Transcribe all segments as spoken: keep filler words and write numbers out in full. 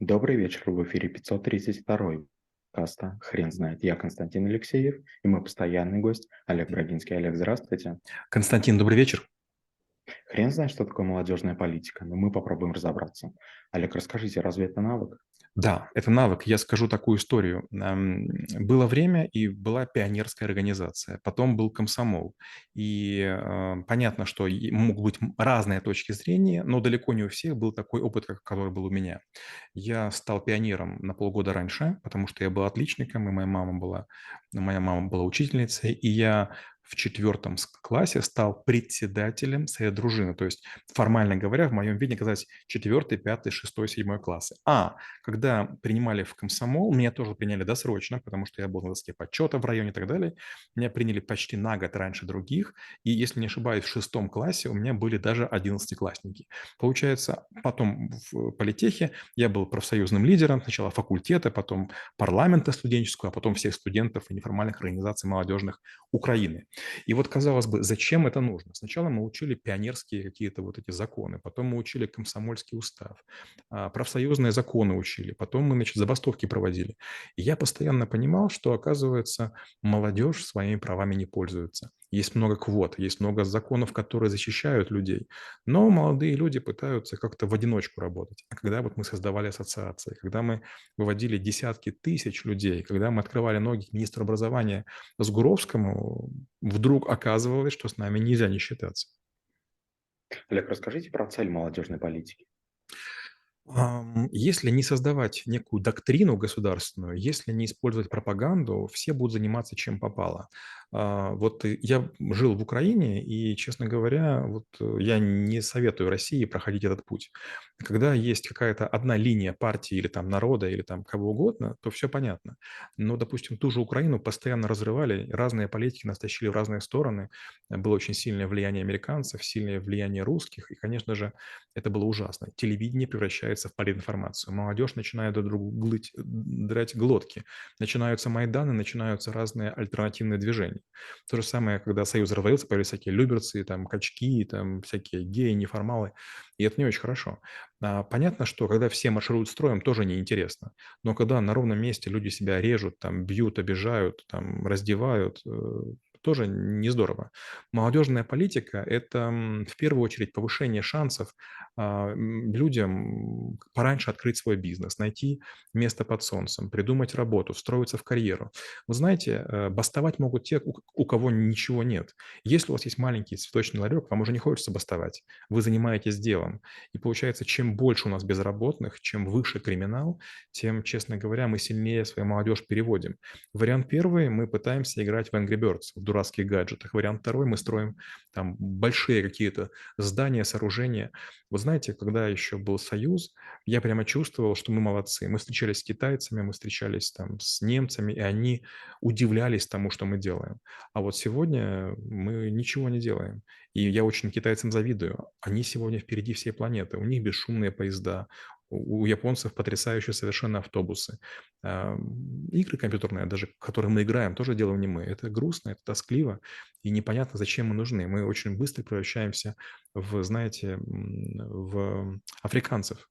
Добрый вечер, в эфире пятьсот тридцать второй каста «Хрен знает». Я Константин Алексеев и мой постоянный гость Олег Брагинский. Олег, здравствуйте. Константин, добрый вечер. Хрен знает, что такое молодежная политика, но мы попробуем разобраться. Олег, расскажите, разве это навык? Да, это навык. Я скажу такую историю. Ам, Было время, и была пионерская организация, потом был комсомол. И э, понятно, что и могут быть м- разные точки зрения, но далеко не у всех был такой опыт, как- который был у меня. Я стал пионером на полгода раньше, потому что я был отличником, и моя мама была, моя мама была учительницей, и я в четвертом с- классе стал председателем своей дружины. То есть, формально говоря, в моем виде оказались четвертый, пятый, шестой, седьмой классы. А когда принимали в комсомол, меня тоже приняли досрочно, потому что я был на доске почета в районе и так далее. Меня приняли почти на год раньше других. И, если не ошибаюсь, в шестом классе у меня были даже одиннадцатиклассники. Получается, потом в политехе я был профсоюзным лидером сначала факультета, потом парламента студенческого, а потом всех студентов и неформальных организаций молодежных Украины. И вот, казалось бы, зачем это нужно? Сначала мы учили пионерские какие-то вот эти законы, потом мы учили комсомольский устав, а, профсоюзные законы учили, потом мы, значит, забастовки проводили. И я постоянно понимал, что, оказывается, молодежь своими правами не пользуется. Есть много квот, есть много законов, которые защищают людей, но молодые люди пытаются как-то в одиночку работать. А когда вот мы создавали ассоциации, когда мы выводили десятки тысяч людей, когда мы открывали ноги министру образования Сгуровскому, вдруг оказывалось, что с нами нельзя не считаться. Олег, расскажите про цель молодежной политики. Ам, Если не создавать некую доктрину государственную, если не использовать пропаганду, все будут заниматься чем попало. А, Вот и я жил в Украине, и, честно говоря, вот э, я не советую России проходить этот путь. Когда есть какая-то одна линия партии или там народа, или там кого угодно, то все понятно. Но, допустим, ту же Украину постоянно разрывали, разные политики нас тащили в разные стороны. Было очень сильное влияние американцев, сильное влияние русских, и, конечно же, это было ужасно. Телевидение превращается в политинформацию. Молодежь начинает друг другу глыть, драть глотки. Начинаются майданы, начинаются разные альтернативные движения. То же самое, когда Союз развалился, появились всякие люберцы, там, качки, там, всякие геи, неформалы. И это не очень хорошо. А, понятно, что когда все маршируют строем, тоже неинтересно. Но когда на ровном месте люди себя режут, там, бьют, обижают, там, раздевают, э, тоже не здорово. Молодежная политика– это м, в первую очередь повышение шансов а, м, людям пораньше открыть свой бизнес, найти место под солнцем, придумать работу, встроиться в карьеру. Вы знаете, э, бастовать могут те, у, у кого ничего нет. Если у вас есть маленький цветочный ларек, вам уже не хочется бастовать. Вы занимаетесь делом. И получается, чем больше у нас безработных, чем выше криминал, тем, честно говоря, мы сильнее свою молодежь переводим. Вариант первый – мы пытаемся играть в Angry Birds, в дурацких гаджетах. Вариант второй – мы строим там большие какие-то здания, сооружения. Вот знаете, когда еще был Союз, я прямо чувствовал, что мы молодцы. Мы встречались с китайцами, мы встречались там с немцами, и они удивлялись тому, что мы делаем. А вот сегодня мы ничего не делаем. И я очень китайцам завидую. Они сегодня впереди всей планеты. У них бесшумные поезда, у у японцев потрясающие совершенно автобусы. А, Игры компьютерные, даже в которые мы играем, тоже делаем не мы. Это грустно, это тоскливо, и непонятно, зачем мы нужны. Мы очень быстро превращаемся в, знаете, м, в африканцев.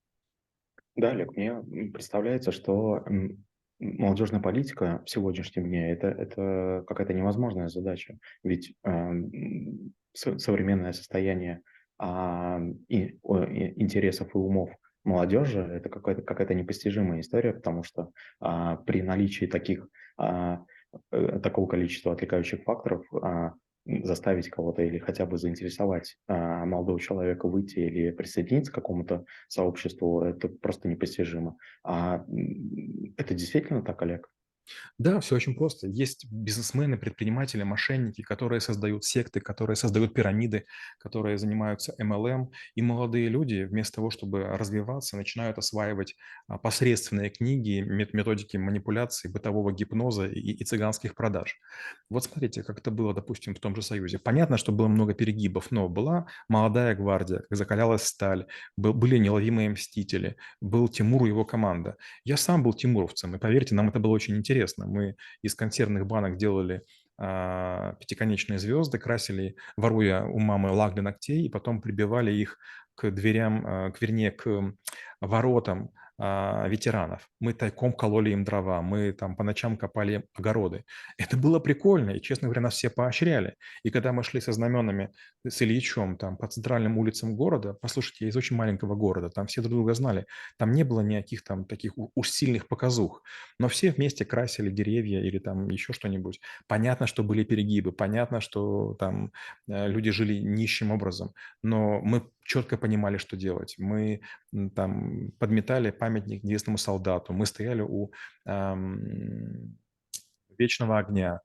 Да, Олег, мне м, представляется, что м, молодежная политика в сегодняшнем дне это, это какая-то невозможная задача. Ведь а, м, со- современное состояние а, и- о, и- интересов и умов молодежи это какая-то какая-то непостижимая история, потому что а, при наличии таких, а, э, такого количества отвлекающих факторов а, заставить кого-то или хотя бы заинтересовать а, молодого человека выйти или присоединиться к какому-то сообществу, это просто непостижимо. А, м, это действительно так, Олег? Да, все очень просто. Есть бизнесмены, предприниматели, мошенники, которые создают секты, которые создают пирамиды, которые занимаются эм эл эм. И молодые люди, вместо того, чтобы развиваться, начинают осваивать а, посредственные книги, мет- методики манипуляции, бытового гипноза и, и цыганских продаж. Вот смотрите, как это было, допустим, в том же Союзе. Понятно, что было много перегибов, но была молодая гвардия, как закалялась сталь, был- были неуловимые мстители, был Тимур и его команда. Я сам был тимуровцем, и поверьте, нам это было очень интересно. Мы из консервных банок делали а, пятиконечные звезды, красили, воруя у мамы лак для ногтей, и потом прибивали их к дверям, а, к, вернее, к воротам а, ветеранов. Мы тайком кололи им дрова, мы там по ночам копали огороды. Это было прикольно, и, честно говоря, нас все поощряли. И когда мы шли со знаменами с Ильичом там по центральным улицам города, послушайте, я из очень маленького города, там все друг друга знали, там не было никаких там таких у- уж сильных показух, но все вместе красили деревья или там еще что-нибудь. Понятно, что были перегибы, понятно, что там э, люди жили нищим образом, но мы четко понимали, что делать. Мы м, там подметали памятник небесному солдату, мы стояли у ам, вечного огня,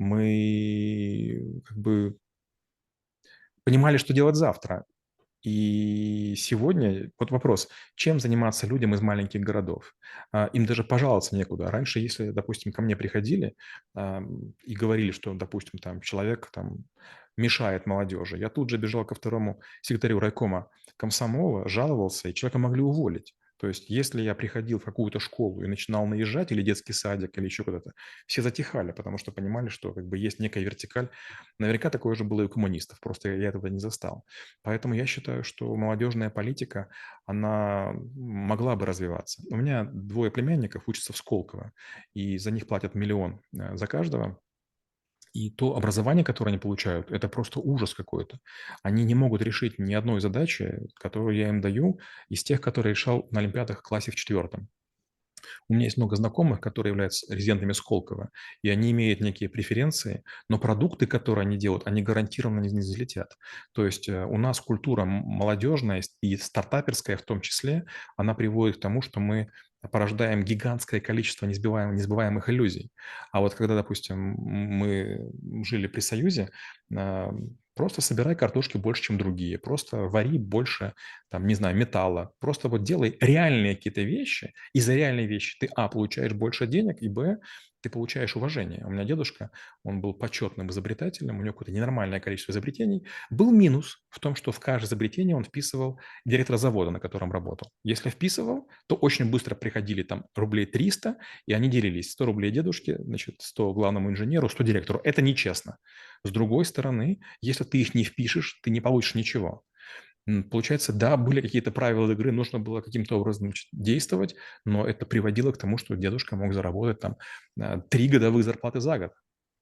мы как бы понимали, что делать завтра. И сегодня вот вопрос, чем заниматься людям из маленьких городов? А, Им даже пожаловаться некуда. Раньше, если, допустим, ко мне приходили ам, и говорили, что, допустим, там человек там мешает молодежи, я тут же бежал ко второму секретарю райкома комсомола, жаловался, и человека могли уволить. То есть, если я приходил в какую-то школу и начинал наезжать, или детский садик, или еще куда-то, все затихали, потому что понимали, что как бы есть некая вертикаль. Наверняка такое же было и у коммунистов, просто я этого не застал. Поэтому я считаю, что молодежная политика, она могла бы развиваться. У меня двое племянников учатся в Сколково, и за них платят миллион э, за каждого. И то образование, которое они получают, это просто ужас какой-то. Они не могут решить ни одной задачи, которую я им даю, из тех, которые решал на Олимпиадах в классе в четвертом. У меня есть много знакомых, которые являются резидентами Сколково, и они имеют некие преференции, но продукты, которые они делают, они гарантированно не, не залетят. То есть э, у нас культура м- молодежная и стартаперская в том числе, она приводит к тому, что мы порождаем гигантское количество несбиваемых, несбываемых иллюзий. А вот когда, допустим, мы жили при Союзе, э, просто собирай картошки больше, чем другие, просто вари больше, там, не знаю, металла, просто вот делай реальные какие-то вещи, и за реальные вещи ты, а, получаешь больше денег, и, б, ты получаешь уважение. У меня дедушка, он был почетным изобретателем, у него какое-то ненормальное количество изобретений. Был минус в том, что в каждое изобретение он вписывал директора завода, на котором работал. Если вписывал, то очень быстро приходили там рублей триста, и они делились. сто рублей дедушке, значит, сто главному инженеру, сто директору. Это нечестно. С другой стороны, если ты их не впишешь, ты не получишь ничего. М, Получается, да, были какие-то правила игры, нужно было каким-то образом значит, действовать, но это приводило к тому, что дедушка мог заработать там а, три годовых зарплаты за год.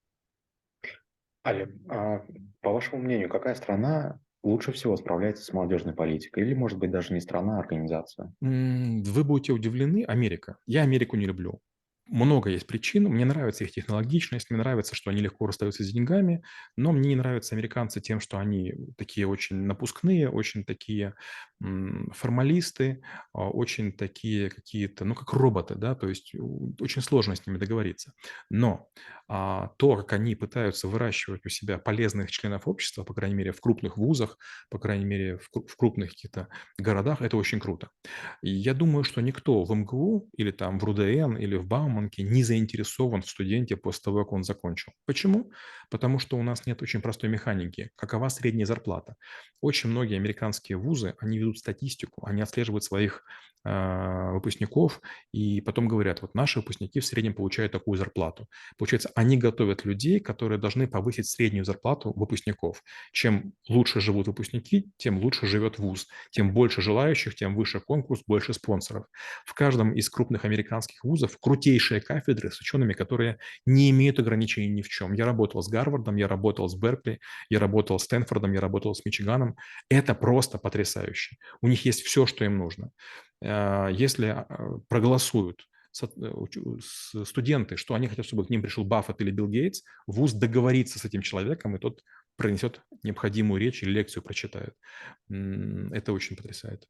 Олег, а по вашему мнению, какая страна лучше всего справляется с молодежной политикой? Или, может быть, даже не страна, а организация? М, Вы будете удивлены, Америка. Я Америку не люблю. Много есть причин. Мне нравится их технологичность, мне нравится, что они легко расстаются с деньгами, но мне не нравятся американцы тем, что они такие очень напускные, очень такие м, формалисты, а, очень такие какие-то, ну, как роботы, да, то есть у- очень сложно с ними договориться. Но а, то, как они пытаются выращивать у себя полезных членов общества, по крайней мере, в крупных вузах, по крайней мере, в кру- в крупных каких-то городах, это очень круто. И я думаю, что никто в эм гэ у или там в эр у дэ эн или в Бауманке не заинтересован в студенте после того, как он закончил. Почему? Потому что у нас нет очень простой механики. Какова средняя зарплата? Очень многие американские вузы, они ведут статистику, они отслеживают своих а, выпускников и потом говорят, вот наши выпускники в среднем получают такую зарплату. Получается, они готовят людей, которые должны повысить среднюю зарплату выпускников. Чем лучше живут выпускники, тем лучше живет вуз. Тем больше желающих, тем выше конкурс, больше спонсоров. В каждом из крупных американских вузов крутейшие кафедры с учеными, которые не имеют ограничений ни в чем. Я работал с Гарвардом, я работал с Беркли, я работал с Стэнфордом, я работал с Мичиганом. Это просто потрясающе. У них есть все, что им нужно. Э, Если э, проголосуют со- э, учу- с- студенты, что они хотят, чтобы к ним пришел Баффет или Билл Гейтс, вуз договорится с этим человеком, и тот пронесет необходимую речь или лекцию прочитает. М, Это очень потрясает.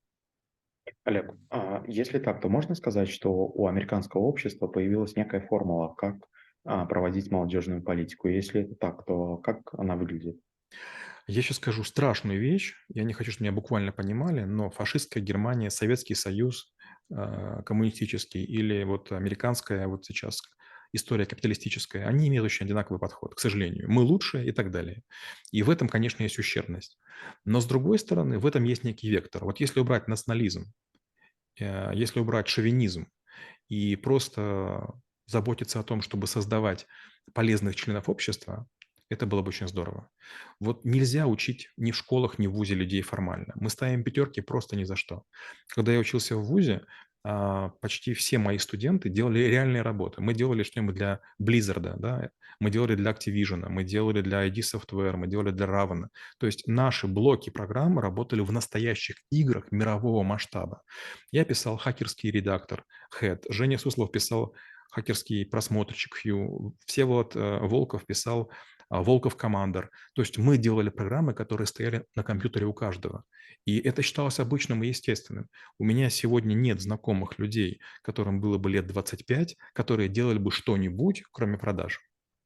Олег, а если так, то можно сказать, что у американского общества появилась некая формула, как а, проводить молодежную политику? Если это так, то как она выглядит? Я сейчас скажу страшную вещь. Я не хочу, чтобы меня буквально понимали, но фашистская Германия, Советский Союз, э, коммунистический или вот американская вот сейчас история капиталистическая, они имеют очень одинаковый подход, к сожалению. Мы лучше и так далее. И в этом, конечно, есть ущербность. Но с другой стороны, в этом есть некий вектор. Вот если убрать национализм, э, если убрать шовинизм, и просто заботиться о том, чтобы создавать полезных членов общества, это было бы очень здорово. Вот нельзя учить ни в школах, ни в ВУЗе людей формально. Мы ставим пятерки просто ни за что. Когда я учился в ВУЗе, а, почти все мои студенты делали реальные работы. Мы делали что-нибудь для Blizzard, да, мы делали для Activision, мы делали для ай ди Software, мы делали для Raven. То есть наши блоки программы работали в настоящих играх мирового масштаба. Я писал хакерский редактор Head, Женя Суслов писал хакерский просмотрщик Hue, Всеволод э, Волков писал а, Волков Commander. То есть мы делали программы, которые стояли на компьютере у каждого. И это считалось обычным и естественным. У меня сегодня нет знакомых людей, которым было бы лет двадцать пять, которые делали бы что-нибудь, кроме продаж.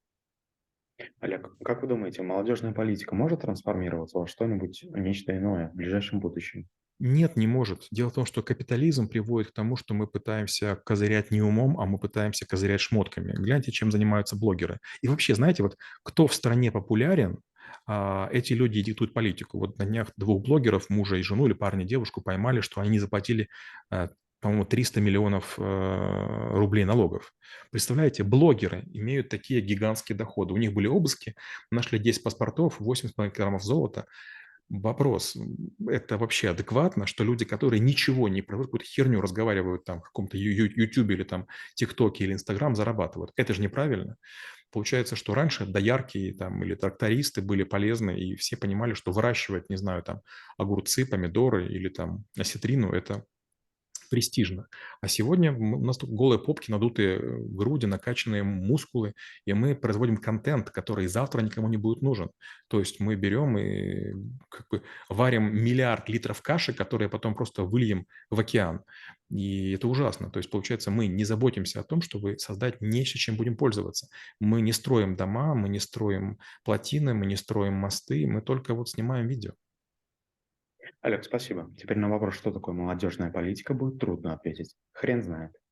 Олег, как вы думаете, молодежная политика может трансформироваться во что-нибудь, нечто иное в ближайшем будущем? Нет, не может. Дело в том, что капитализм приводит к тому, что мы пытаемся козырять не умом, а мы пытаемся козырять шмотками. Гляньте, чем занимаются блогеры. И вообще, знаете, вот кто в стране популярен, а, эти люди и диктуют политику. Вот на днях двух блогеров, мужа и жену, или парня и девушку, поймали, что они не заплатили, а, по-моему, триста миллионов э, рублей налогов. Представляете, блогеры имеют такие гигантские доходы. У них были обыски, нашли десять паспортов, восемь с половиной килограммов золота. Вопрос, это вообще адекватно, что люди, которые ничего не производят, какую-то херню разговаривают там в каком-то ю- ю- ютубе или там тиктоке или инстаграм, зарабатывают? Это же неправильно. Получается, что раньше доярки там или трактористы были полезны, и все понимали, что выращивать, не знаю, там огурцы, помидоры или там осетрину – это престижно. А сегодня м- у нас тут голые попки, надутые э, груди, накачанные мускулы, и мы производим контент, который завтра никому не будет нужен. То есть мы берем и как бы варим миллиард литров каши, которые потом просто выльем в океан. И это ужасно. То есть, получается, мы не заботимся о том, чтобы создать нечто, чем будем пользоваться. Мы не строим дома, мы не строим плотины, мы не строим мосты, мы только вот снимаем видео. Олег, спасибо. Теперь на вопрос, что такое молодежная политика, будет трудно ответить. Хрен знает.